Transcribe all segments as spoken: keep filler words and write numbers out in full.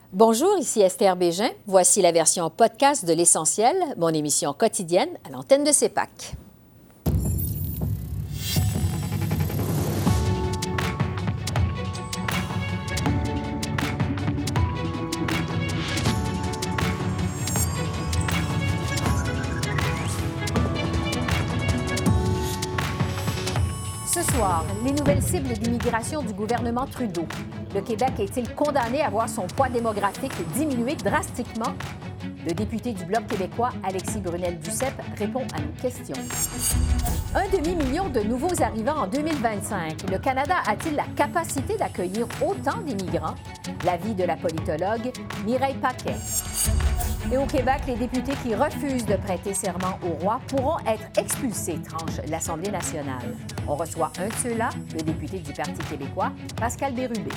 Bonjour, ici Esther Bégin. Voici la version podcast de L'Essentiel, mon émission quotidienne à l'antenne de CEPAC. Ce soir, les nouvelles cibles d'immigration du gouvernement Trudeau. Le Québec est-il condamné à voir son poids démographique diminuer drastiquement? Le député du Bloc québécois, Alexis Brunel-Duceppe, répond à nos questions. Un demi-million de nouveaux arrivants en deux mille vingt-cinq. Le Canada a-t-il la capacité d'accueillir autant d'immigrants? L'avis de la politologue Mireille Paquet. Et au Québec, les députés qui refusent de prêter serment au roi pourront être expulsés, tranche l'Assemblée nationale. On reçoit un de ceux-là, le député du Parti québécois, Pascal Bérubé.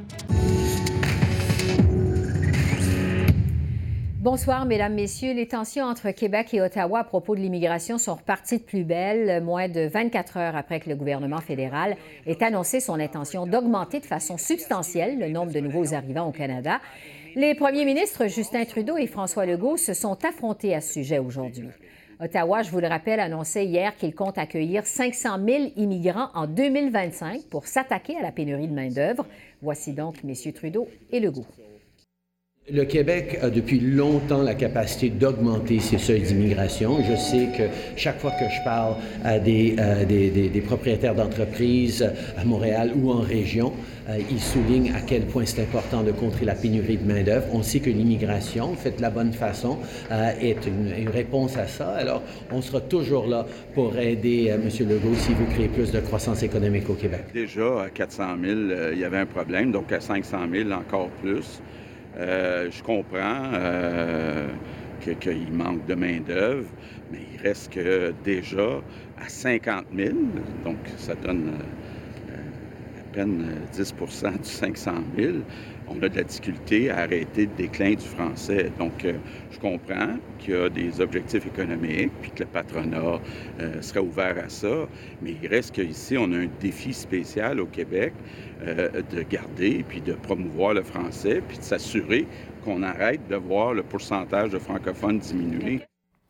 Bonsoir, Mesdames, Messieurs. Les tensions entre Québec et Ottawa à propos de l'immigration sont reparties de plus belle, moins de vingt-quatre heures après que le gouvernement fédéral ait annoncé son intention d'augmenter de façon substantielle le nombre de nouveaux arrivants au Canada. Les premiers ministres Justin Trudeau et François Legault se sont affrontés à ce sujet aujourd'hui. Ottawa, je vous le rappelle, annonçait hier qu'il compte accueillir cinq cent mille immigrants en deux mille vingt-cinq pour s'attaquer à la pénurie de main-d'œuvre. Voici donc M. Trudeau et Legault. Le Québec a depuis longtemps la capacité d'augmenter ses seuils d'immigration. Je sais que chaque fois que je parle à des, euh, des, des, des propriétaires d'entreprises à Montréal ou en région, euh, ils soulignent à quel point c'est important de contrer la pénurie de main-d'œuvre. On sait que l'immigration, faite de la bonne façon, euh, est une, une réponse à ça. Alors, on sera toujours là pour aider euh, M. Legault s'il veut créer plus de croissance économique au Québec. Déjà, à quatre cent mille, euh, il y avait un problème, donc à cinq cent mille, encore plus. Euh, je comprends euh, que, qu'il manque de main-d'œuvre, mais il reste que déjà à cinquante mille, donc ça donne euh, à peine dix pour cent du cinq cent mille, on a de la difficulté à arrêter le déclin du français. Donc, euh, je comprends qu'il y a des objectifs économiques, puis que le patronat euh, serait ouvert à ça, mais il reste qu'ici, on a un défi spécial au Québec euh, de garder, puis de promouvoir le français, puis de s'assurer qu'on arrête de voir le pourcentage de francophones diminuer.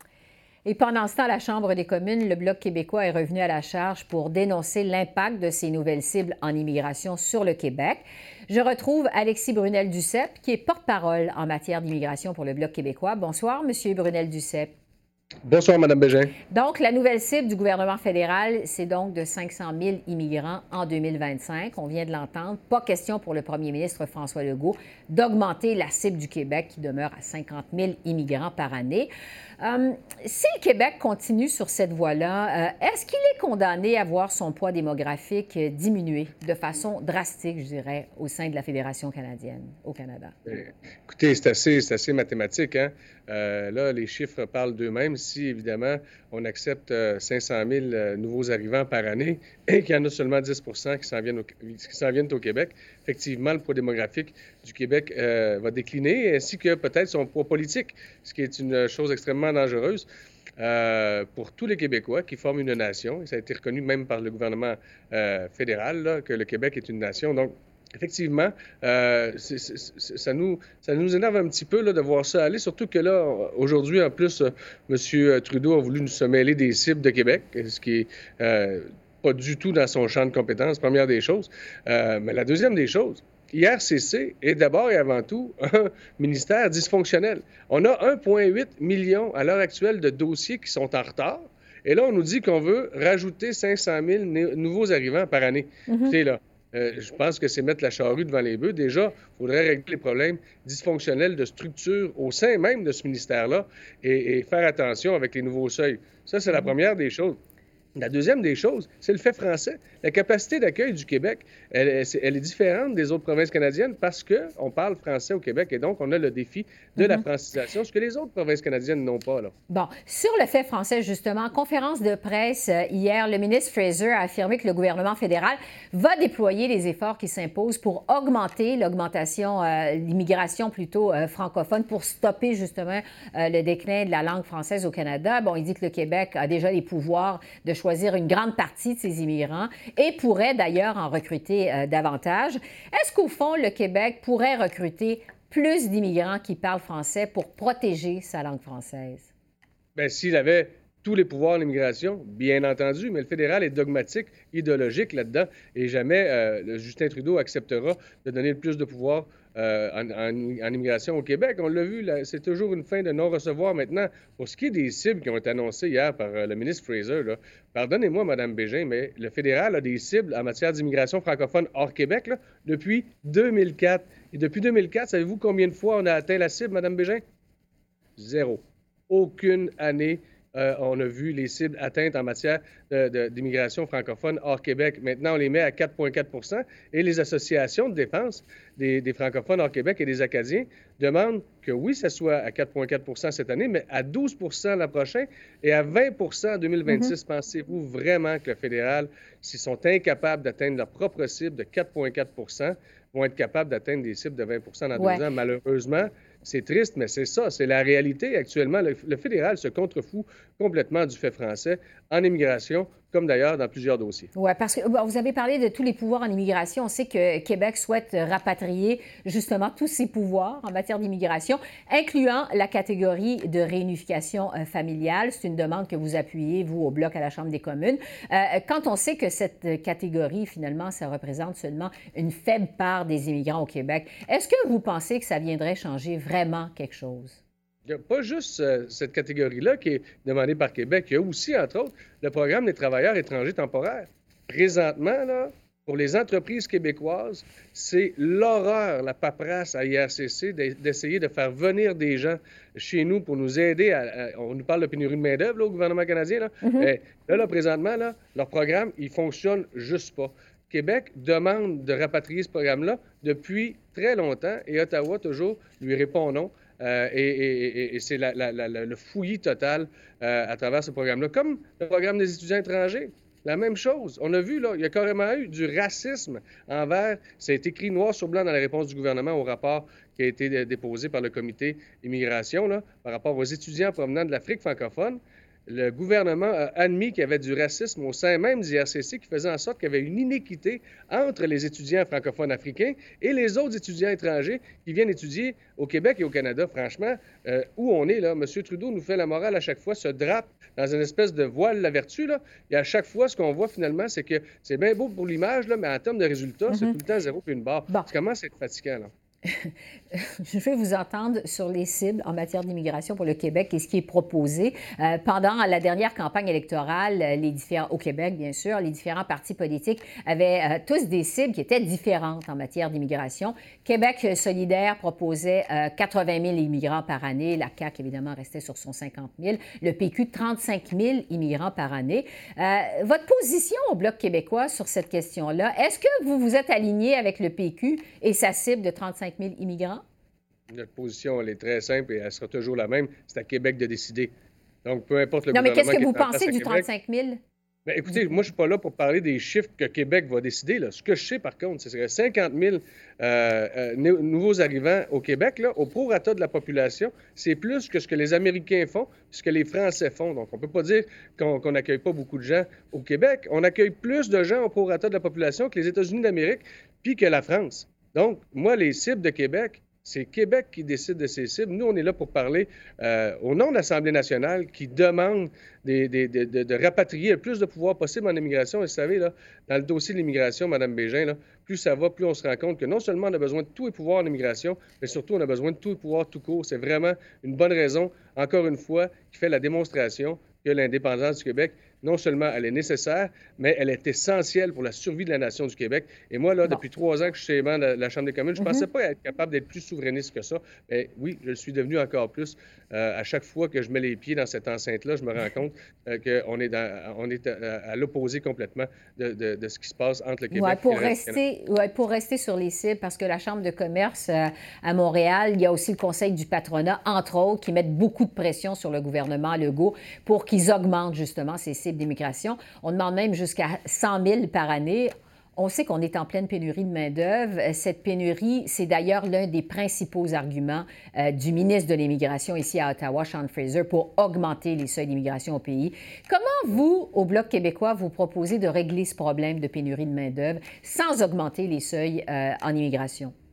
Et pendant ce temps, à la Chambre des communes, le Bloc québécois est revenu à la charge pour dénoncer l'impact de ces nouvelles cibles en immigration sur le Québec. Je retrouve Alexis Brunel-Duceppe, qui est porte-parole en matière d'immigration pour le Bloc québécois. Bonsoir, Monsieur Brunel-Duceppe. Bonsoir, Mme Bégin. Donc, la nouvelle cible du gouvernement fédéral, c'est donc de cinq cent mille immigrants en deux mille vingt-cinq. On vient de l'entendre. Pas question pour le premier ministre François Legault d'augmenter la cible du Québec, qui demeure à cinquante mille immigrants par année. Euh, si le Québec continue sur cette voie-là, euh, est-ce qu'il est condamné à voir son poids démographique diminuer de façon drastique, je dirais, au sein de la Fédération canadienne, au Canada? Écoutez, c'est assez, c'est assez mathématique, hein? Euh, là, les chiffres parlent d'eux-mêmes. Si, évidemment, on accepte euh, cinq cent mille euh, nouveaux arrivants par année et qu'il y en a seulement dix pour cent qui s'en viennent au, qui s'en viennent au Québec, effectivement, le poids démographique du Québec euh, va décliner, ainsi que peut-être son poids politique, ce qui est une chose extrêmement dangereuse euh, pour tous les Québécois qui forment une nation. Et ça a été reconnu même par le gouvernement euh, fédéral, là, que le Québec est une nation. Donc, effectivement, euh, c'est, c'est, c'est, ça, nous, ça nous énerve un petit peu là, de voir ça aller, surtout que là, aujourd'hui, en plus, euh, M. Trudeau a voulu nous se mêler des cibles de Québec, ce qui est euh, pas du tout dans son champ de compétences, première des choses. Euh, mais la deuxième des choses, I R C C est d'abord et avant tout un ministère dysfonctionnel. On a un virgule huit million à l'heure actuelle de dossiers qui sont en retard, et là, on nous dit qu'on veut rajouter cinq cent mille n- nouveaux arrivants par année. Mm-hmm. Écoutez, là, Euh, je pense que c'est mettre la charrue devant les bœufs. Déjà, il faudrait régler les problèmes dysfonctionnels de structure au sein même de ce ministère-là et, et faire attention avec les nouveaux seuils. Ça, c'est la première des choses. La deuxième des choses, c'est le fait français. La capacité d'accueil du Québec, elle, elle, elle est différente des autres provinces canadiennes parce qu'on parle français au Québec et donc on a le défi de mm-hmm. la francisation, ce que les autres provinces canadiennes n'ont pas. Là. Bon, sur le fait français, justement, en conférence de presse euh, hier, le ministre Fraser a affirmé que le gouvernement fédéral va déployer les efforts qui s'imposent pour augmenter l'augmentation, euh, l'immigration plutôt euh, francophone, pour stopper justement euh, le déclin de la langue française au Canada. Bon, il dit que le Québec a déjà les pouvoirs de choisir une grande partie de ces immigrants et pourrait d'ailleurs en recruter euh, davantage. Est-ce qu'au fond, le Québec pourrait recruter plus d'immigrants qui parlent français pour protéger sa langue française? Bien, s'il avait tous les pouvoirs en immigration, bien entendu, mais le fédéral est dogmatique, idéologique là-dedans, et jamais euh, le Justin Trudeau acceptera de donner le plus de pouvoir euh, en, en, en immigration au Québec. On l'a vu, là, c'est toujours une fin de non-recevoir maintenant. Pour ce qui est des cibles qui ont été annoncées hier par euh, le ministre Fraser, là, pardonnez-moi, Mme Bégin, mais le fédéral a des cibles en matière d'immigration francophone hors Québec là, depuis deux mille quatre. Et depuis deux mille quatre, savez-vous combien de fois on a atteint la cible, Mme Bégin? Zéro. Aucune année. Euh, on a vu les cibles atteintes en matière de, de, d'immigration francophone hors Québec. Maintenant, on les met à quatre virgule quatre pour cent et les associations de défense des, des francophones hors Québec et des Acadiens demandent que oui, ça soit à quatre virgule quatre pour cent cette année, mais à douze pour cent l'an prochain et à vingt pour cent en deux mille vingt-six. Mm-hmm. Pensez-vous vraiment que le fédéral, s'ils sont incapables d'atteindre leur propre cible de quatre virgule quatre pour cent, vont être capables d'atteindre des cibles de vingt pour cent dans ouais. deux ans? Malheureusement, c'est triste, mais c'est ça, c'est la réalité actuellement. Le, le fédéral se contrefout complètement du fait français en immigration, comme d'ailleurs dans plusieurs dossiers. Oui, parce que bon, vous avez parlé de tous les pouvoirs en immigration. On sait que Québec souhaite rapatrier justement tous ses pouvoirs en matière d'immigration, incluant la catégorie de réunification euh, familiale. C'est une demande que vous appuyez, vous, au Bloc à la Chambre des communes. Euh, quand on sait que cette catégorie, finalement, ça représente seulement une faible part des immigrants au Québec, est-ce que vous pensez que ça viendrait changer vraiment quelque chose? Il n'y a pas juste euh, cette catégorie-là qui est demandée par Québec. Il y a aussi, entre autres, le programme des travailleurs étrangers temporaires. Présentement, là, pour les entreprises québécoises, c'est l'horreur, la paperasse à I R C C d'essayer de faire venir des gens chez nous pour nous aider. À, à, on nous parle de pénurie de main-d'œuvre au gouvernement canadien. Là. Mm-hmm. Et là, là, présentement, là, leur programme, il ne fonctionne juste pas. Québec demande de rapatrier ce programme-là depuis très longtemps et Ottawa, toujours, lui répond non. Euh, et, et, et, et c'est la, la, la, le fouillis total euh, à travers ce programme-là. Comme le programme des étudiants étrangers, la même chose. On a vu, là, il y a carrément eu du racisme envers, ça a été écrit noir sur blanc dans la réponse du gouvernement au rapport qui a été déposé par le comité immigration, là, par rapport aux étudiants provenant de l'Afrique francophone. Le gouvernement a admis qu'il y avait du racisme au sein même du I R C C qui faisait en sorte qu'il y avait une inéquité entre les étudiants francophones africains et les autres étudiants étrangers qui viennent étudier au Québec et au Canada. Franchement, euh, où on est là, M. Trudeau nous fait la morale à chaque fois, se drape dans une espèce de voile de la vertu, là, et à chaque fois, ce qu'on voit finalement, c'est que c'est bien beau pour l'image, là, mais en termes de résultats, mm-hmm. c'est tout le temps zéro puis une barre. Bon. Ça commence à être fatigant, là. Je vais vous entendre sur les cibles en matière d'immigration pour le Québec et ce qui est proposé. Euh, pendant la dernière campagne électorale, les différents, au Québec, bien sûr, les différents partis politiques avaient euh, tous des cibles qui étaient différentes en matière d'immigration. Québec solidaire proposait euh, quatre-vingt mille immigrants par année. La C A Q, évidemment, restait sur son cinquante mille. Le P Q, trente-cinq mille immigrants par année. Euh, votre position au Bloc québécois sur cette question-là, est-ce que vous vous êtes aligné avec le P Q et sa cible de trente-cinq mille immigrants? Notre position, elle est très simple et elle sera toujours la même. C'est à Québec de décider. Donc, peu importe le non, gouvernement... Non, mais qu'est-ce que vous pensez du trente-cinq mille? Bien, écoutez, moi, je ne suis pas là pour parler des chiffres que Québec va décider. Là. Ce que je sais, par contre, c'est que cinquante mille euh, euh, nouveaux arrivants au Québec, là, au prorata de la population, c'est plus que ce que les Américains font, ce que les Français font. Donc, on ne peut pas dire qu'on qu'on n'accueille pas beaucoup de gens au Québec. On accueille plus de gens au prorata de la population que les États-Unis d'Amérique puis que la France. Donc, moi, les cibles de Québec, c'est Québec qui décide de ces cibles. Nous, on est là pour parler euh, au nom de l'Assemblée nationale qui demande des, des, de, de, de rapatrier le plus de pouvoir possible en immigration. Et vous savez, là, dans le dossier de l'immigration, Mme Bégin, là, plus ça va, plus on se rend compte que non seulement on a besoin de tous les pouvoirs en immigration, mais surtout on a besoin de tous les pouvoirs tout court. C'est vraiment une bonne raison, encore une fois, qui fait la démonstration que l'indépendance du Québec, non seulement elle est nécessaire, mais elle est essentielle pour la survie de la nation du Québec. Et moi, là, bon. depuis trois ans que je suis membre de la Chambre des communes, je ne mm-hmm. pensais pas être capable d'être plus souverainiste que ça. Mais oui, je le suis devenu encore plus. Euh, à chaque fois que je mets les pieds dans cette enceinte-là, je me rends compte euh, qu'on est, dans, on est à, à l'opposé complètement de, de, de ce qui se passe entre le Québec ouais, pour et le rester, ouais, pour rester sur les cibles, parce que la Chambre de commerce euh, à Montréal, il y a aussi le Conseil du patronat, entre autres, qui mettent beaucoup de pression sur le gouvernement Legault pour qu'ils augmentent justement ces cibles d'immigration. On demande même jusqu'à cent mille par année. On sait qu'on est en pleine pénurie de main-d'œuvre. Cette pénurie, c'est d'ailleurs l'un des principaux arguments euh, du ministre de l'Immigration ici à Ottawa, Sean Fraser, pour augmenter les seuils d'immigration au pays. Comment vous, au Bloc québécois, vous proposez de régler ce problème de pénurie de main-d'œuvre sans augmenter les seuils euh, en immigration?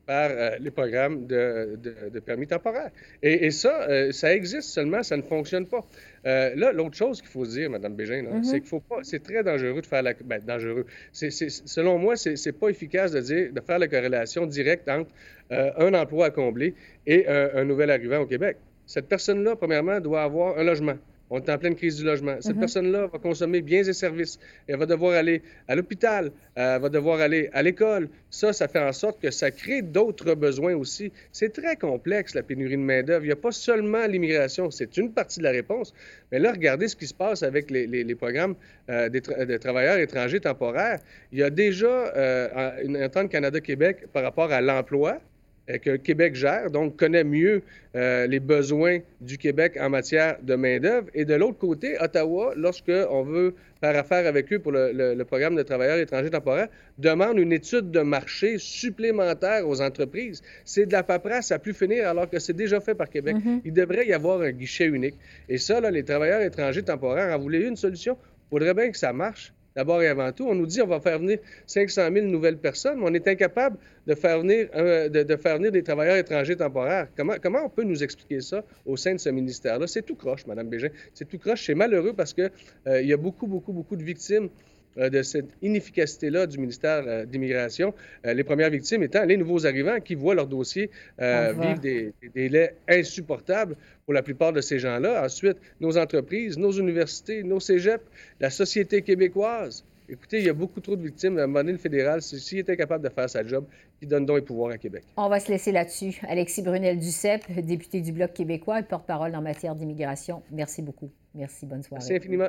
par euh, les programmes de, de, de permis temporaires. Et, et ça, euh, ça existe seulement, ça ne fonctionne pas. Euh, là, l'autre chose qu'il faut dire, Mme Bégin, là, mm-hmm. c'est qu'il faut pas, c'est très dangereux de faire la, ben, dangereux. C'est, c'est, selon moi, c'est, c'est pas efficace de dire, de faire la corrélation directe entre euh, un emploi à combler et un, un nouvel arrivant au Québec. Cette personne-là, premièrement, doit avoir un logement. On est en pleine crise du logement. Cette mm-hmm. personne-là va consommer biens et services. Elle va devoir aller à l'hôpital, elle va devoir aller à l'école. Ça, ça fait en sorte que ça crée d'autres besoins aussi. C'est très complexe, la pénurie de main-d'œuvre. Il n'y a pas seulement l'immigration, c'est une partie de la réponse. Mais là, regardez ce qui se passe avec les, les, les programmes euh, des tra- de travailleurs étrangers temporaires. Il y a déjà euh, une entente Canada-Québec par rapport à l'emploi, que Québec gère, donc connaît mieux euh, les besoins du Québec en matière de main-d'œuvre. Et de l'autre côté, Ottawa, lorsqu'on veut faire affaire avec eux pour le, le, le programme de travailleurs étrangers temporaires, demande une étude de marché supplémentaire aux entreprises. C'est de la paperasse à plus finir, alors que c'est déjà fait par Québec. Mm-hmm. Il devrait y avoir un guichet unique. Et ça, là, les travailleurs étrangers temporaires en voulaient une solution. Il faudrait bien que ça marche. D'abord et avant tout, on nous dit qu'on va faire venir cinq cent mille nouvelles personnes, mais on est incapable de faire venir, euh, de, de faire venir des travailleurs étrangers temporaires. Comment, comment on peut nous expliquer ça au sein de ce ministère-là? C'est tout croche, Mme Bégin. C'est tout croche. C'est malheureux parce qu'il euh, y a beaucoup, beaucoup, beaucoup de victimes euh, de cette inefficacité-là du ministère euh, d'immigration. Euh, les premières victimes étant les nouveaux arrivants qui voient leur dossier euh, vivre des, des délais insupportables pour la plupart de ces gens-là. Ensuite, nos entreprises, nos universités, nos cégeps, la société québécoise. Écoutez, il y a beaucoup trop de victimes. À un moment donné, le fédéral, s'il était capable de faire sa job, il donne donc les pouvoirs à Québec. On va se laisser là-dessus. Alexis Brunel-Duceppe, député du Bloc québécois et porte-parole en matière d'immigration. Merci beaucoup. Merci. Bonne soirée. Merci infiniment.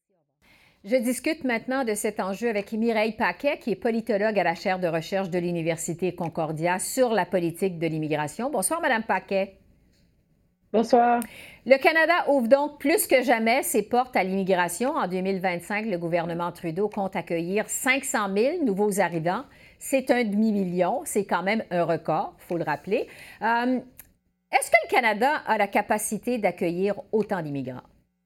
Je discute maintenant de cet enjeu avec Mireille Paquet, qui est politologue à la chaire de recherche de l'Université Concordia sur la politique de l'immigration. Bonsoir, Madame Paquet. Bonsoir. Le Canada ouvre donc plus que jamais ses portes à l'immigration. En deux mille vingt-cinq, le gouvernement Trudeau compte accueillir cinq cent mille nouveaux arrivants. C'est un demi-million. C'est quand même un record, il faut le rappeler. Euh, est-ce que le Canada a la capacité d'accueillir autant d'immigrants?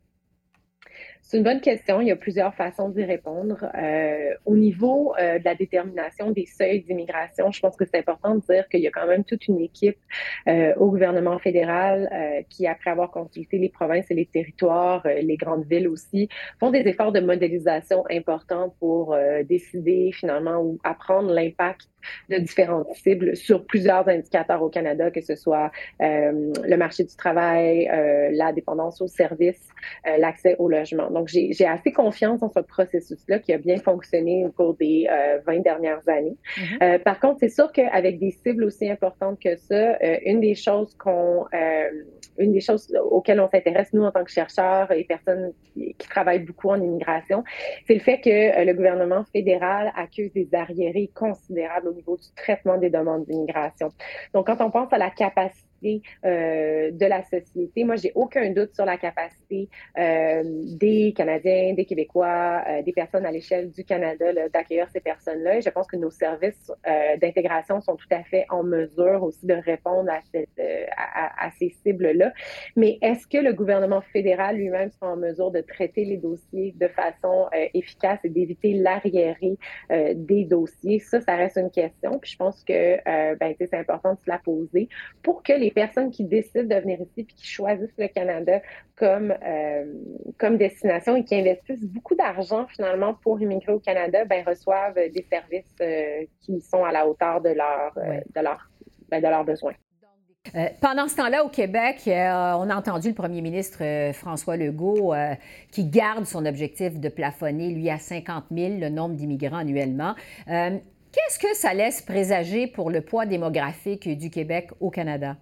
C'est une bonne question. Il y a plusieurs façons d'y répondre. Euh, au niveau euh, de la détermination des seuils d'immigration, je pense que c'est important de dire qu'il y a quand même toute une équipe euh, au gouvernement fédéral euh, qui, après avoir consulté les provinces et les territoires, euh, les grandes villes aussi, font des efforts de modélisation importants pour euh, décider finalement ou apprendre l'impact de différentes cibles sur plusieurs indicateurs au Canada, que ce soit euh, le marché du travail, euh, la dépendance aux services, euh, l'accès au logement. Donc, j'ai, j'ai assez confiance dans ce processus-là qui a bien fonctionné au cours des euh, vingt dernières années. Mm-hmm. Euh, par contre, c'est sûr qu'avec des cibles aussi importantes que ça, euh, une des choses qu'on, euh, une des choses auxquelles on s'intéresse, nous, en tant que chercheurs et personnes qui, qui travaillent beaucoup en immigration, c'est le fait que euh, le gouvernement fédéral accuse des arriérés considérables au niveau du traitement des demandes d'immigration. Donc, quand on pense à la capacité Euh, de la société. Moi, j'ai aucun doute sur la capacité euh, des Canadiens, des Québécois, euh, des personnes à l'échelle du Canada là, d'accueillir ces personnes-là. Et je pense que nos services euh, d'intégration sont tout à fait en mesure aussi de répondre à, cette, euh, à, à ces cibles-là. Mais est-ce que le gouvernement fédéral lui-même sera en mesure de traiter les dossiers de façon euh, efficace et d'éviter l'arriéré euh, des dossiers? Ça, ça reste une question. Puis je pense que euh, ben, c'est important de se la poser pour que les personnes qui décident de venir ici et qui choisissent le Canada comme, euh, comme destination et qui investissent beaucoup d'argent finalement pour immigrer au Canada, ben, reçoivent des services euh, qui sont à la hauteur de, leur, euh, de, leur, ben, de leurs besoins. Euh, pendant ce temps-là, au Québec, euh, on a entendu le premier ministre euh, François Legault euh, qui garde son objectif de plafonner, lui, à cinquante mille le nombre d'immigrants annuellement. Euh, qu'est-ce que ça laisse présager pour le poids démographique du Québec au Canada?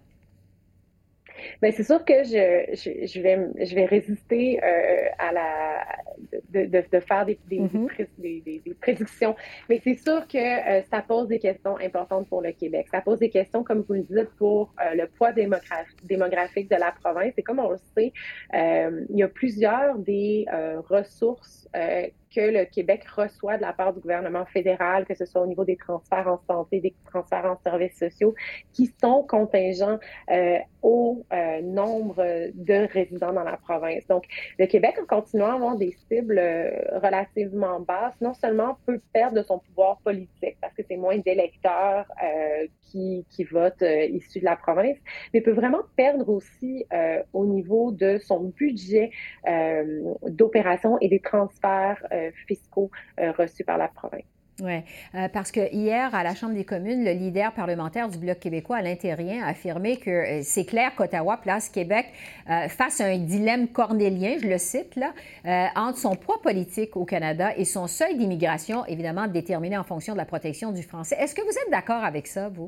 Bien, c'est sûr que je, je, je, vais, je vais résister euh, à la de, de, de faire des, des, mm-hmm. des, des, des prédictions, mais c'est sûr que euh, ça pose des questions importantes pour le Québec. Ça pose des questions, comme vous le dites, pour euh, le poids démographique, démographique de la province. Et comme on le sait, euh, il y a plusieurs des euh, ressources euh, que le Québec reçoit de la part du gouvernement fédéral, que ce soit au niveau des transferts en santé, des transferts en services sociaux, qui sont contingents euh, au euh, nombre de résidents dans la province. Donc, le Québec, en continuant à avoir des cibles euh, relativement basses, non seulement peut perdre de son pouvoir politique, parce que c'est moins d'électeurs euh, qui, qui votent euh, issus de la province, mais peut vraiment perdre aussi euh, au niveau de son budget euh, d'opération et des transferts euh, fiscaux euh, reçus par la province. Oui, euh, parce que hier, à la Chambre des communes, le leader parlementaire du Bloc québécois, Alain Thérien, a affirmé que euh, c'est clair qu'Ottawa place Québec euh, face à un dilemme cornélien, je le cite là, euh, entre son poids politique au Canada et son seuil d'immigration, évidemment déterminé en fonction de la protection du français. Est-ce que vous êtes d'accord avec ça, vous?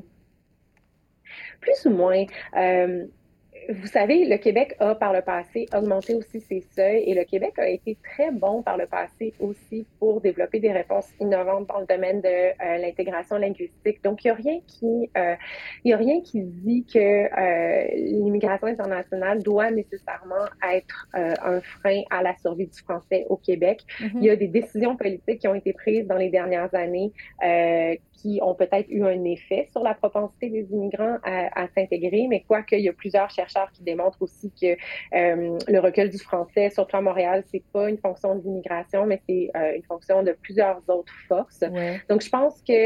Plus ou moins. Euh, Vous savez, le Québec a par le passé augmenté aussi ses seuils et le Québec a été très bon par le passé aussi pour développer des réponses innovantes dans le domaine de euh, l'intégration linguistique. Donc, il n'y a rien qui, euh, il y a rien qui dit que euh, l'immigration internationale doit nécessairement être euh, un frein à la survie du français au Québec. Mm-hmm. Il y a des décisions politiques qui ont été prises dans les dernières années euh, qui ont peut-être eu un effet sur la propensité des immigrants à, à s'intégrer, mais quoique il y a plusieurs chercheurs qui démontrent aussi que euh, le recul du français, surtout à Montréal, c'est pas une fonction d'immigration, mais c'est euh, une fonction de plusieurs autres forces. Ouais. Donc, je pense que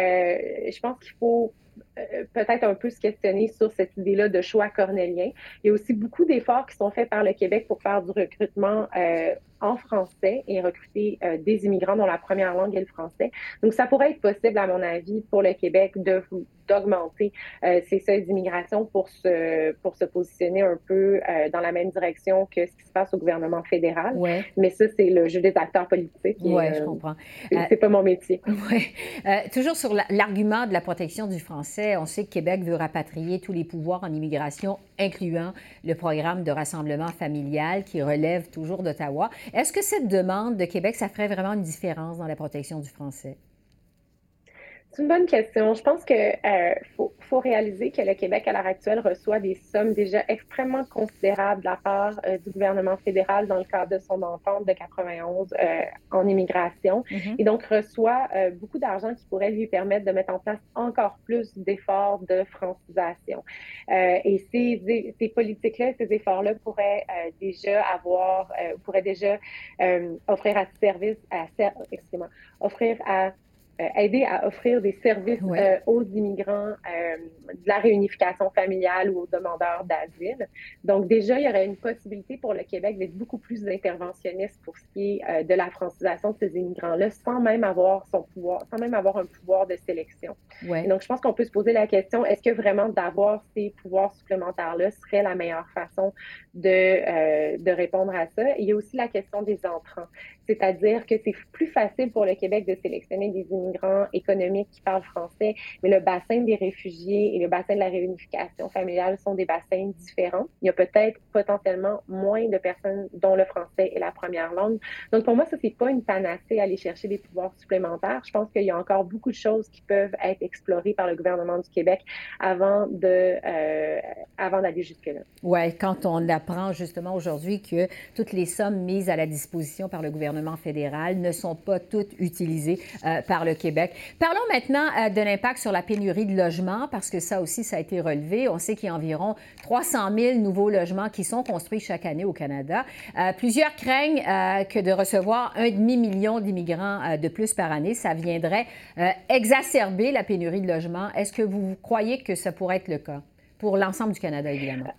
euh, je pense qu'il faut euh, peut-être un peu se questionner sur cette idée-là de choix cornélien. Il y a aussi beaucoup d'efforts qui sont faits par le Québec pour faire du recrutement euh, en français et recruter euh, des immigrants dont la première langue est le français. Donc, ça pourrait être possible, à mon avis, pour le Québec de d'augmenter euh, ses seuils d'immigration pour se, pour se positionner un peu euh, dans la même direction que ce qui se passe au gouvernement fédéral. Ouais. Mais ça, c'est le jeu des acteurs politiques. Oui, euh, je comprends. C'est, euh, c'est pas mon métier. Oui. Euh, toujours sur la, l'argument de la protection du français, on sait que Québec veut rapatrier tous les pouvoirs en immigration, incluant le programme de rassemblement familial qui relève toujours d'Ottawa. Est-ce que cette demande de Québec, ça ferait vraiment une différence dans la protection du français? C'est une bonne question. Je pense qu'il euh, faut, faut réaliser que le Québec, à l'heure actuelle, reçoit des sommes déjà extrêmement considérables de la part euh, du gouvernement fédéral dans le cadre de son entente de quatre-vingt-onze euh, en immigration. Mm-hmm. Et donc, reçoit euh, beaucoup d'argent qui pourrait lui permettre de mettre en place encore plus d'efforts de francisation. Euh, et ces, ces politiques-là, ces efforts-là pourraient euh, déjà avoir, euh, pourraient déjà euh, offrir à service, à, excusez-moi, offrir à Euh, aider à offrir des services ouais. euh, aux immigrants, euh, de la réunification familiale ou aux demandeurs d'asile. Donc déjà, il y aurait une possibilité pour le Québec d'être beaucoup plus interventionniste pour ce qui est euh, de la francisation de ces immigrants-là, sans même avoir son pouvoir, sans même avoir un pouvoir de sélection. Ouais. Donc je pense qu'on peut se poser la question, est-ce que vraiment d'avoir ces pouvoirs supplémentaires-là serait la meilleure façon de, euh, de répondre à ça? Et il y a aussi la question des entrants. C'est-à-dire que c'est plus facile pour le Québec de sélectionner des immigrants économiques qui parlent français, mais le bassin des réfugiés et le bassin de la réunification familiale sont des bassins différents. Il y a peut-être potentiellement moins de personnes dont le français est la première langue. Donc, pour moi, ça, c'est pas une panacée à aller chercher des pouvoirs supplémentaires. Je pense qu'il y a encore beaucoup de choses qui peuvent être explorées par le gouvernement du Québec avant de, euh, avant d'aller jusque-là. Oui, quand on apprend justement aujourd'hui que toutes les sommes mises à la disposition par le gouvernement fédéral ne sont pas toutes utilisées euh, par le Québec. Parlons maintenant euh, de l'impact sur la pénurie de logements, parce que ça aussi, ça a été relevé. On sait qu'il y a environ trois cent mille nouveaux logements qui sont construits chaque année au Canada. Euh, plusieurs craignent euh, que de recevoir un demi-million d'immigrants euh, de plus par année, ça viendrait euh, exacerber la pénurie de logements. Est-ce que vous croyez que ça pourrait être le cas pour l'ensemble du Canada, évidemment?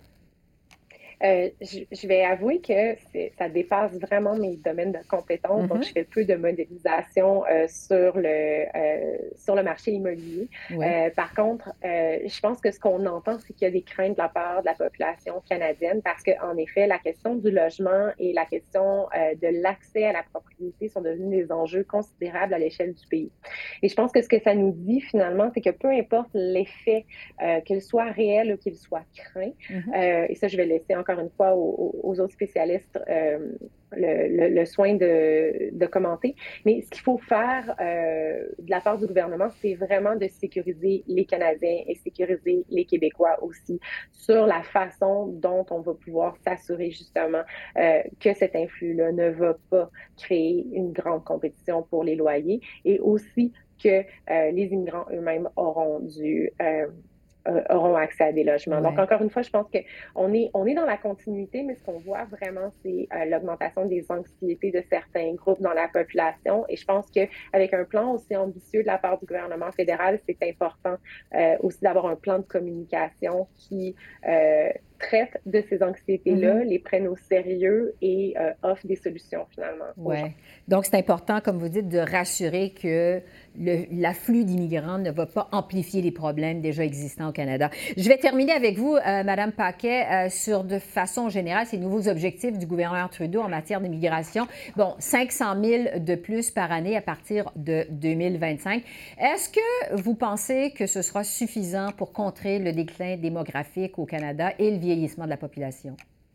Euh, je, je vais avouer que c'est, ça dépasse vraiment mes domaines de compétences. Mm-hmm. Donc, je fais peu de modélisation euh, sur le euh, sur le marché immobilier. Ouais. Euh, par contre, euh, je pense que ce qu'on entend, c'est qu'il y a des craintes de la part de la population canadienne parce qu'en effet, la question du logement et la question euh, de l'accès à la propriété sont devenus des enjeux considérables à l'échelle du pays. Et je pense que ce que ça nous dit finalement, c'est que peu importe l'effet, euh, qu'il soit réel ou qu'il soit craint, mm-hmm. euh, et ça, je vais laisser encore encore une fois aux, aux autres spécialistes euh, le, le, le soin de, de commenter. Mais ce qu'il faut faire euh, de la part du gouvernement, c'est vraiment de sécuriser les Canadiens et sécuriser les Québécois aussi sur la façon dont on va pouvoir s'assurer justement euh, que cet influx-là ne va pas créer une grande compétition pour les loyers et aussi que euh, les immigrants eux-mêmes auront du... Euh, Euh, auront accès à des logements. Ouais. Donc, encore une fois, je pense qu'on est, on est dans la continuité, mais ce qu'on voit vraiment, c'est euh, l'augmentation des anxiétés de certains groupes dans la population. Et je pense qu'avec un plan aussi ambitieux de la part du gouvernement fédéral, c'est important euh, aussi d'avoir un plan de communication qui euh, traite de ces anxiétés-là, mm-hmm. les prenne au sérieux et euh, offre des solutions finalement. Oui. Donc, c'est important, comme vous dites, de rassurer que le, l'afflux d'immigrants ne va pas amplifier les problèmes déjà existants au Canada. Je vais terminer avec vous, euh, Mme Paquet, euh, sur de façon générale ces nouveaux objectifs du gouvernement Trudeau en matière d'immigration. Bon, cinq cent mille de plus par année à partir de deux mille vingt-cinq. Est-ce que vous pensez que ce sera suffisant pour contrer le déclin démographique au Canada et le vieillissement de la population?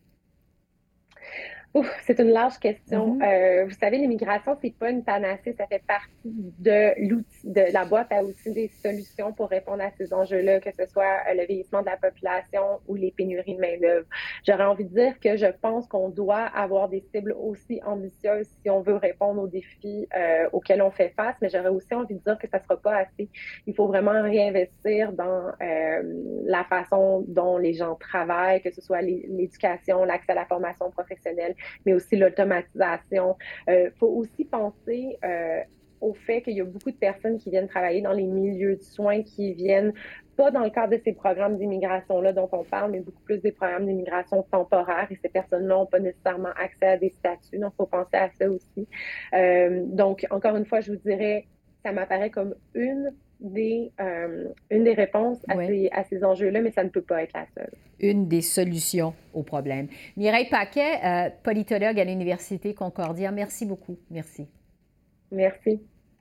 Ouf, c'est une large question. Mm-hmm. Euh, vous savez, l'immigration, c'est pas une panacée, ça fait partie de l'outil, de la boîte à outils des solutions pour répondre à ces enjeux-là, que ce soit le vieillissement de la population ou les pénuries de main-d'œuvre. J'aurais envie de dire que je pense qu'on doit avoir des cibles aussi ambitieuses si on veut répondre aux défis euh, auxquels on fait face, mais j'aurais aussi envie de dire que ça sera pas assez. Il faut vraiment réinvestir dans euh, la façon dont les gens travaillent, que ce soit l'éducation, l'accès à la formation professionnelle, mais aussi l'automatisation. Il euh, faut aussi penser euh, au fait qu'il y a beaucoup de personnes qui viennent travailler dans les milieux de soins, qui viennent pas dans le cadre de ces programmes d'immigration-là dont on parle, mais beaucoup plus des programmes d'immigration temporaire, et ces personnes-là n'ont pas nécessairement accès à des statuts, donc il faut penser à ça aussi. Euh, donc, encore une fois, je vous dirais, ça m'apparaît comme une Des, euh, une des réponses à, oui. ces, à ces enjeux-là, mais ça ne peut pas être la seule. Une des solutions au problème. Mireille Paquet, euh, politologue à l'Université Concordia, merci beaucoup. Merci. Merci.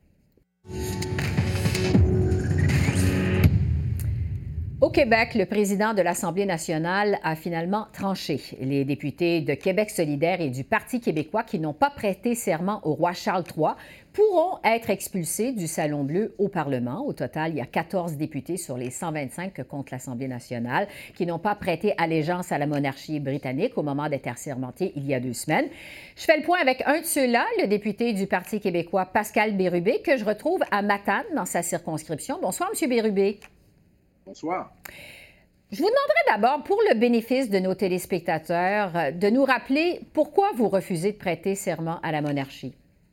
Au Québec, le président de l'Assemblée nationale a finalement tranché. Les députés de Québec solidaire et du Parti québécois qui n'ont pas prêté serment au roi Charles trois pourront être expulsés du Salon Bleu au Parlement. Au total, il y a quatorze députés sur les cent vingt-cinq que compte l'Assemblée nationale qui n'ont pas prêté allégeance à la monarchie britannique au moment d'être assermentés il y a deux semaines. Je fais le point avec un de ceux-là, le député du Parti québécois Pascal Bérubé, que je retrouve à Matane dans sa circonscription. Bonsoir, M. Bérubé. Bonsoir. Je vous demanderai d'abord, pour le bénéfice de nos téléspectateurs, de nous rappeler pourquoi vous refusez de prêter serment à la monarchie.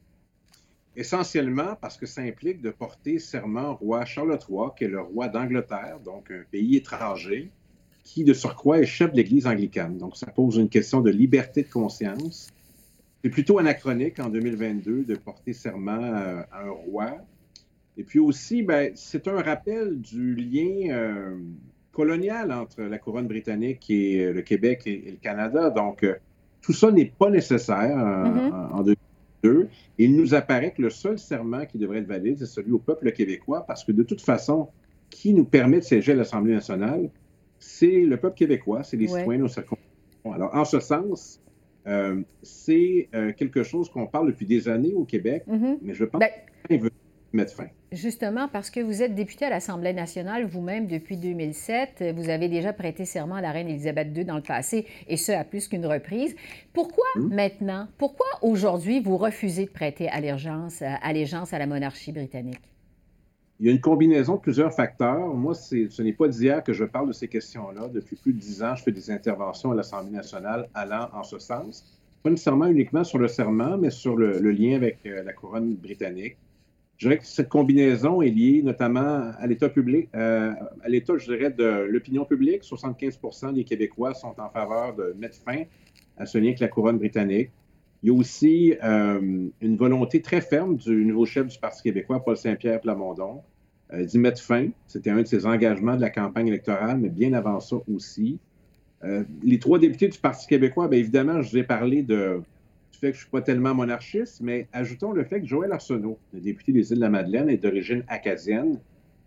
Essentiellement parce que ça implique de porter serment au roi Charles trois, qui est le roi d'Angleterre, donc un pays étranger, qui de surcroît est chef de l'Église anglicane. Donc ça pose une question de liberté de conscience. C'est plutôt anachronique en deux mille vingt-deux de porter serment à un roi. Et puis aussi, ben, c'est un rappel du lien euh, colonial entre la couronne britannique et euh, le Québec et, et le Canada. Donc, euh, tout ça n'est pas nécessaire euh, mm-hmm. en, en deux mille vingt-deux. Et il nous apparaît que le seul serment qui devrait être valide, c'est celui au peuple québécois, parce que de toute façon, qui nous permet de siéger à l'Assemblée nationale, c'est le peuple québécois, c'est les ouais. citoyens de nos circonscriptions. Alors, en ce sens, euh, c'est euh, quelque chose qu'on parle depuis des années au Québec, mm-hmm. mais je pense ben... qu'il veut mettre fin. Justement, parce que vous êtes député à l'Assemblée nationale vous-même depuis deux mille sept, vous avez déjà prêté serment à la reine Élisabeth deux dans le passé, et ce, à plus qu'une reprise. Pourquoi mmh. maintenant, pourquoi aujourd'hui vous refusez de prêter allégeance, allégeance à la monarchie britannique? Il y a une combinaison de plusieurs facteurs. Moi, c'est, ce n'est pas d'hier que je parle de ces questions-là. Depuis plus de dix ans, je fais des interventions à l'Assemblée nationale allant en ce sens. Pas nécessairement uniquement sur le serment, mais sur le, le lien avec euh, la couronne britannique. Je dirais que cette combinaison est liée notamment à l'état public, euh, à l'état, je dirais, de l'opinion publique. soixante-quinze pour cent des Québécois sont en faveur de mettre fin à ce lien avec la couronne britannique. Il y a aussi euh, une volonté très ferme du nouveau chef du Parti québécois, Paul Saint-Pierre Plamondon, euh, d'y mettre fin. C'était un de ses engagements de la campagne électorale, mais bien avant ça aussi. Euh, les trois députés du Parti québécois, bien évidemment, je vous ai parlé de... fait que je ne suis pas tellement monarchiste, mais ajoutons le fait que Joël Arsenault, le député des Îles-de-la-Madeleine, est d'origine acadienne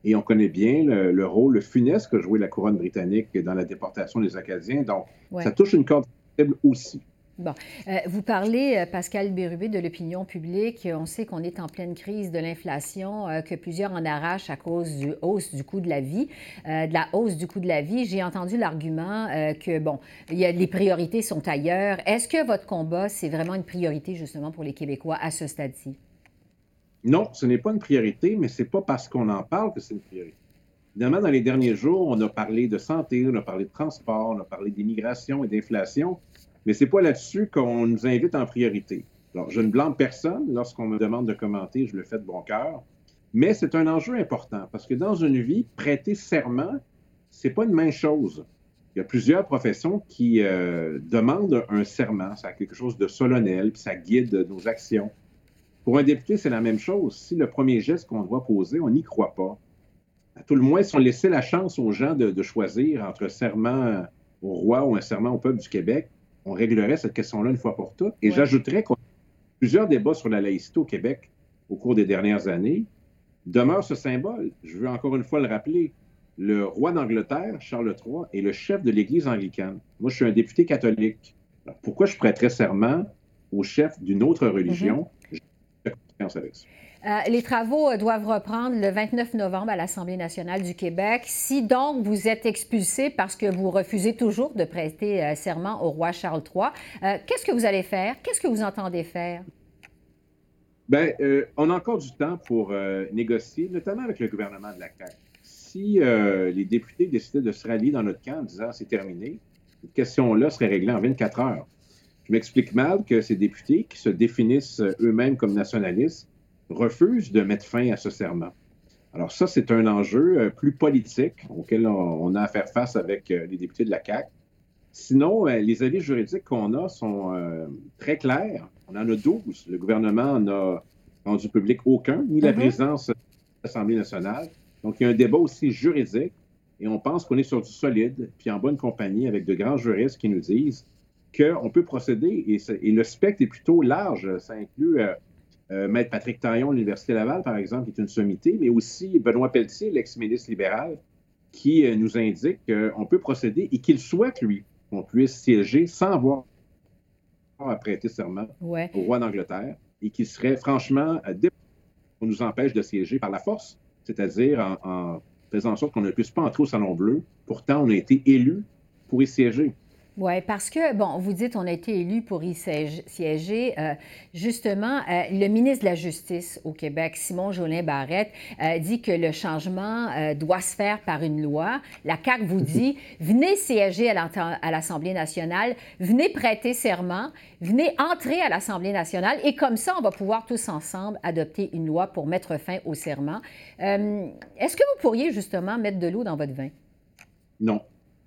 Et on connaît bien le, le rôle funeste que jouait la couronne britannique dans la déportation des Acadiens. Donc, ouais. Ça touche une corde sensible aussi. Bon. Euh, vous parlez, euh, Pascal Bérubé, de l'opinion publique. On sait qu'on est en pleine crise de l'inflation, euh, que plusieurs en arrachent à cause du hausse du coût de la vie, euh, de la hausse du coût de la vie. J'ai entendu l'argument euh, que, bon, il y a, les priorités sont ailleurs. Est-ce que votre combat, c'est vraiment une priorité, justement, pour les Québécois à ce stade-ci? Non, ce n'est pas une priorité, mais ce n'est pas parce qu'on en parle que c'est une priorité. Évidemment, dans les derniers jours, on a parlé de santé, on a parlé de transport, on a parlé d'immigration et d'inflation. Mais ce n'est pas là-dessus qu'on nous invite en priorité. Alors, je ne blâme personne. Lorsqu'on me demande de commenter, je le fais de bon cœur. Mais c'est un enjeu important parce que dans une vie, prêter serment, ce n'est pas une mince chose. Il y a plusieurs professions qui euh, demandent un serment. Ça a quelque chose de solennel, puis ça guide nos actions. Pour un député, c'est la même chose. Si le premier geste qu'on doit poser, on n'y croit pas, à tout le moins, si on laissait la chance aux gens de, de choisir entre serment au roi ou un serment au peuple du Québec, on réglerait cette question-là une fois pour toutes. Et ouais. J'ajouterais qu'on a plusieurs débats sur la laïcité au Québec au cours des dernières années. Demeure ce symbole. Je veux encore une fois le rappeler. Le roi d'Angleterre, Charles trois, est le chef de l'Église anglicane. Moi, je suis un député catholique. Alors, pourquoi je prêterais serment au chef d'une autre religion? Mm-hmm. J'ai confiance avec ça. Euh, les travaux doivent reprendre le vingt-neuf novembre à l'Assemblée nationale du Québec. Si donc vous êtes expulsé parce que vous refusez toujours de prêter euh, serment au roi Charles trois, euh, qu'est-ce que vous allez faire? Qu'est-ce que vous entendez faire? Bien, euh, on a encore du temps pour euh, négocier, notamment avec le gouvernement de la C A Q. Si euh, les députés décidaient de se rallier dans notre camp en disant « c'est terminé », cette question-là serait réglée en vingt-quatre heures. Je m'explique mal que ces députés qui se définissent eux-mêmes comme nationalistes refusent de mettre fin à ce serment. Alors ça, c'est un enjeu euh, plus politique auquel on, on a à faire face avec euh, les députés de la C A Q. Sinon, euh, les avis juridiques qu'on a sont euh, très clairs. On en a douze. Le gouvernement n'a rendu public aucun, ni la mm-hmm. présidence de l'Assemblée nationale. Donc, il y a un débat aussi juridique et on pense qu'on est sur du solide, puis en bonne compagnie avec de grands juristes qui nous disent qu'on peut procéder et, et le spectre est plutôt large. Ça inclut euh, Euh, Maître Patrick Taillon de l'Université Laval, par exemple, qui est une sommité, mais aussi Benoît Pelletier, l'ex-ministre libéral, qui euh, nous indique qu'on peut procéder et qu'il souhaite, lui, qu'on puisse siéger sans avoir à prêter serment ouais. au roi d'Angleterre et qui serait franchement euh, qu'on nous empêche de siéger par la force, c'est-à-dire en, en faisant en sorte qu'on ne puisse pas entrer au Salon Bleu. Pourtant, on a été élus pour y siéger. Oui, parce que, bon, vous dites on a été élu pour y siéger. Euh, justement, euh, le ministre de la Justice au Québec, Simon Jolin Barrette, euh, dit que le changement euh, doit se faire par une loi. La C A Q vous dit, venez siéger à l'Assemblée nationale, venez prêter serment, venez entrer à l'Assemblée nationale et comme ça, on va pouvoir tous ensemble adopter une loi pour mettre fin au serment. Euh, est-ce que vous pourriez justement mettre de l'eau dans votre vin? Non.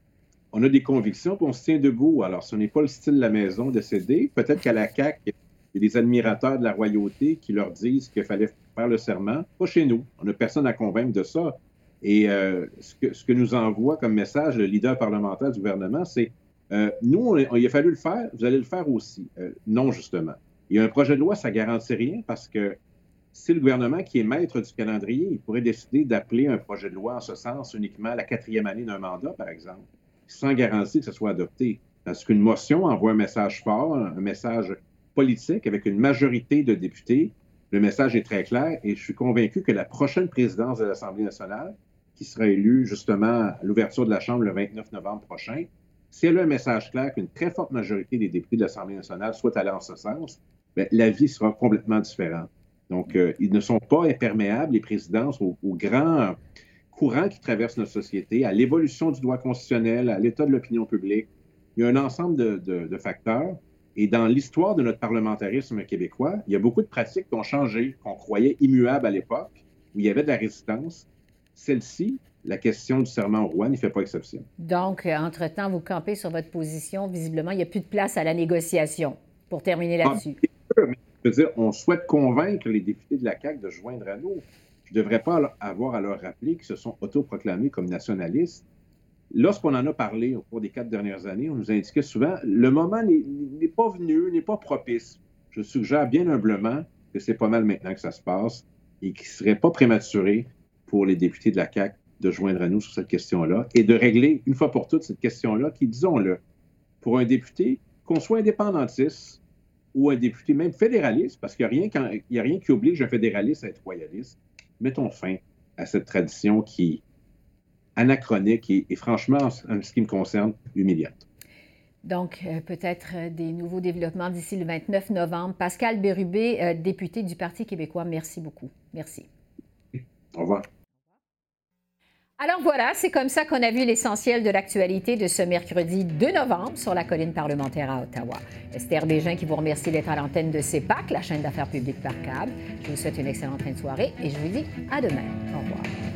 On a des convictions, puis on se tient debout. Alors, ce n'est pas le style de la maison de céder. Peut-être qu'à la C A Q, il y a des admirateurs de la royauté qui leur disent qu'il fallait faire le serment. Pas chez nous. On n'a personne à convaincre de ça. Et euh, ce, que, ce que nous envoie comme message le leader parlementaire du gouvernement, c'est euh, nous, on, on, il a fallu le faire, vous allez le faire aussi. Euh, non, justement. Il y a un projet de loi, ça ne garantit rien parce que c'est le gouvernement qui est maître du calendrier. Il pourrait décider d'appeler un projet de loi en ce sens uniquement la quatrième année d'un mandat, par exemple, sans garantie que ce soit adopté. Parce qu'une motion envoie un message fort, un message politique avec une majorité de députés. Le message est très clair et je suis convaincu que la prochaine présidence de l'Assemblée nationale, qui sera élue justement à l'ouverture de la Chambre le vingt-neuf novembre prochain, si elle a un message clair qu'une très forte majorité des députés de l'Assemblée nationale soit allée en ce sens, bien, la vie sera complètement différente. Donc, euh, ils ne sont pas imperméables, les présidences, aux, aux grands courants qui traversent notre société, à l'évolution du droit constitutionnel, à l'état de l'opinion publique. Il y a un ensemble de, de, de facteurs. Et dans l'histoire de notre parlementarisme québécois, il y a beaucoup de pratiques qui ont changé, qu'on croyait immuables à l'époque, où il y avait de la résistance. Celle-ci, la question du serment au roi, n'y fait pas exception. Donc, entre-temps, vous campez sur votre position. Visiblement, il n'y a plus de place à la négociation, pour terminer là-dessus. Ah, mais, je veux dire, on souhaite convaincre les députés de la C A Q de se joindre à nous. Je ne devrais pas avoir à leur rappeler qu'ils se sont autoproclamés comme nationalistes. Lorsqu'on en a parlé au cours des quatre dernières années, on nous indiquait souvent « le moment n'est pas venu, n'est pas propice ». Je suggère bien humblement que c'est pas mal maintenant que ça se passe et qu'il ne serait pas prématuré pour les députés de la C A Q de joindre à nous sur cette question-là et de régler une fois pour toutes cette question-là qui, disons-le, pour un député, qu'on soit indépendantiste ou un député même fédéraliste, parce qu'il n'y a rien, quand, il y a rien qui oblige un fédéraliste à être royaliste, mettons fin à cette tradition qui est anachronique et, et franchement, en ce qui me concerne, humiliante. Donc, euh, peut-être euh, des nouveaux développements d'ici le vingt-neuf novembre. Pascal Bérubé, euh, député du Parti québécois, merci beaucoup. Merci. Au revoir. Alors voilà, c'est comme ça qu'on a vu l'essentiel de l'actualité de ce mercredi deux novembre sur la colline parlementaire à Ottawa. Esther Bégin qui vous remercie d'être à l'antenne de C E P A C, la chaîne d'affaires publiques par câble. Je vous souhaite une excellente fin de soirée et je vous dis à demain. Au revoir.